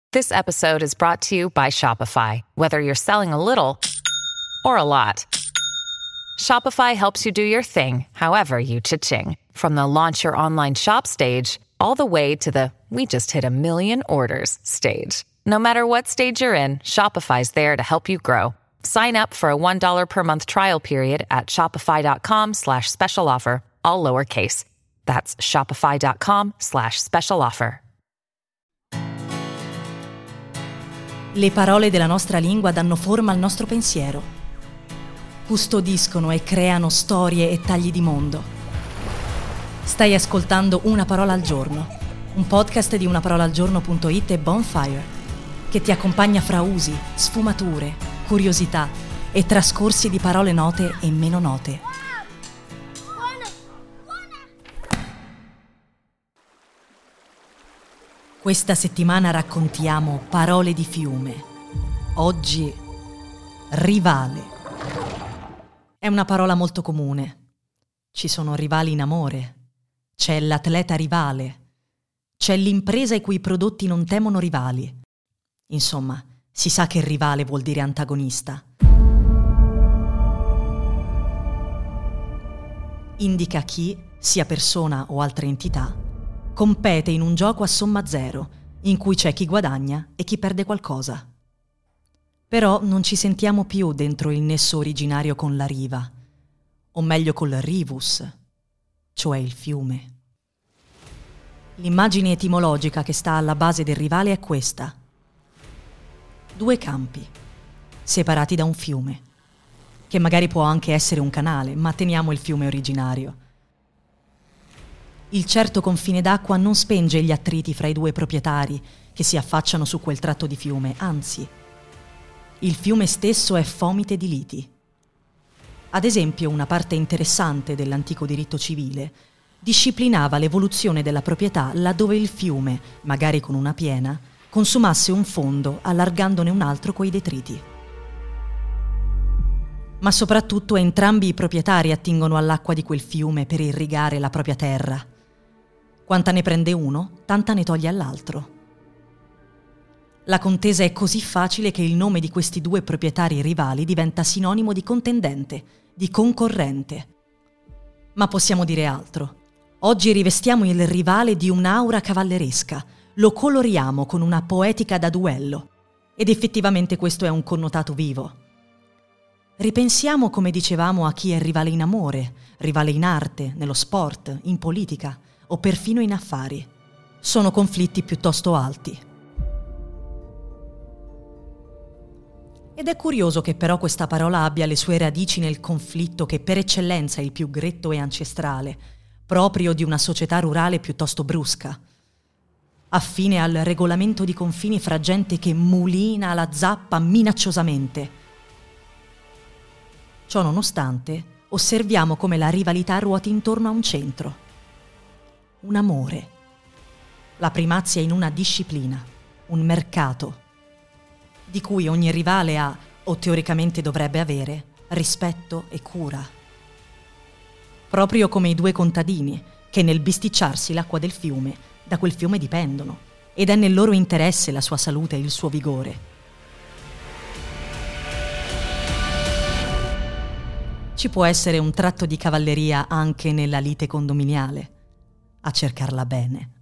This episode is brought to you by Shopify. Whether you're selling a little or a lot, Shopify helps you do your thing, however you cha-ching. From the launch your online shop stage, all the way to the we just hit 1 million orders stage. No matter what stage you're in, Shopify's there to help you grow. Sign up for a $1 per month trial period at shopify.com/special offer, all lowercase. That's shopify.com/special offer. Le parole della nostra lingua danno forma al nostro pensiero, custodiscono e creano storie e tagli di mondo. Stai ascoltando Una parola al giorno, un podcast di unaparolaalgiorno.it e Bonfire, che ti accompagna fra usi, sfumature, curiosità e trascorsi di parole note e meno note. Questa settimana raccontiamo parole di fiume. Oggi, rivale. È una parola molto comune. Ci sono rivali in amore. C'è l'atleta rivale. C'è l'impresa i cui prodotti non temono rivali. Insomma, si sa che rivale vuol dire antagonista. Indica chi, sia persona o altra entità, compete in un gioco a somma zero, in cui c'è chi guadagna e chi perde qualcosa. Però non ci sentiamo più dentro il nesso originario con la riva, o meglio col rivus, cioè il fiume. L'immagine etimologica che sta alla base del rivale è questa: 2 campi, separati da un fiume, che magari può anche essere un canale, ma teniamo il fiume originario. Il certo confine d'acqua non spenge gli attriti fra i 2 proprietari che si affacciano su quel tratto di fiume, anzi, il fiume stesso è fomite di liti. Ad esempio, una parte interessante dell'antico diritto civile disciplinava l'evoluzione della proprietà laddove il fiume, magari con una piena, consumasse un fondo allargandone un altro coi detriti. Ma soprattutto entrambi i proprietari attingono all'acqua di quel fiume per irrigare la propria terra. Quanta ne prende uno, tanta ne toglie all'altro. La contesa è così facile che il nome di questi 2 proprietari rivali diventa sinonimo di contendente, di concorrente. Ma possiamo dire altro. Oggi rivestiamo il rivale di un'aura cavalleresca, lo coloriamo con una poetica da duello, ed effettivamente questo è un connotato vivo. Ripensiamo, come dicevamo, a chi è rivale in amore, rivale in arte, nello sport, in politica o perfino in affari. Sono conflitti piuttosto alti. Ed è curioso che però questa parola abbia le sue radici nel conflitto che per eccellenza è il più gretto e ancestrale, proprio di una società rurale piuttosto brusca, affine al regolamento di confini fra gente che mulina la zappa minacciosamente. Ciò nonostante, osserviamo come la rivalità ruoti intorno a un centro. Un amore. La primazia in una disciplina, un mercato, di cui ogni rivale ha, o teoricamente dovrebbe avere, rispetto e cura. Proprio come i 2 contadini, che nel bisticciarsi l'acqua del fiume, da quel fiume dipendono, ed è nel loro interesse la sua salute e il suo vigore. Ci può essere un tratto di cavalleria anche nella lite condominiale, a cercarla bene.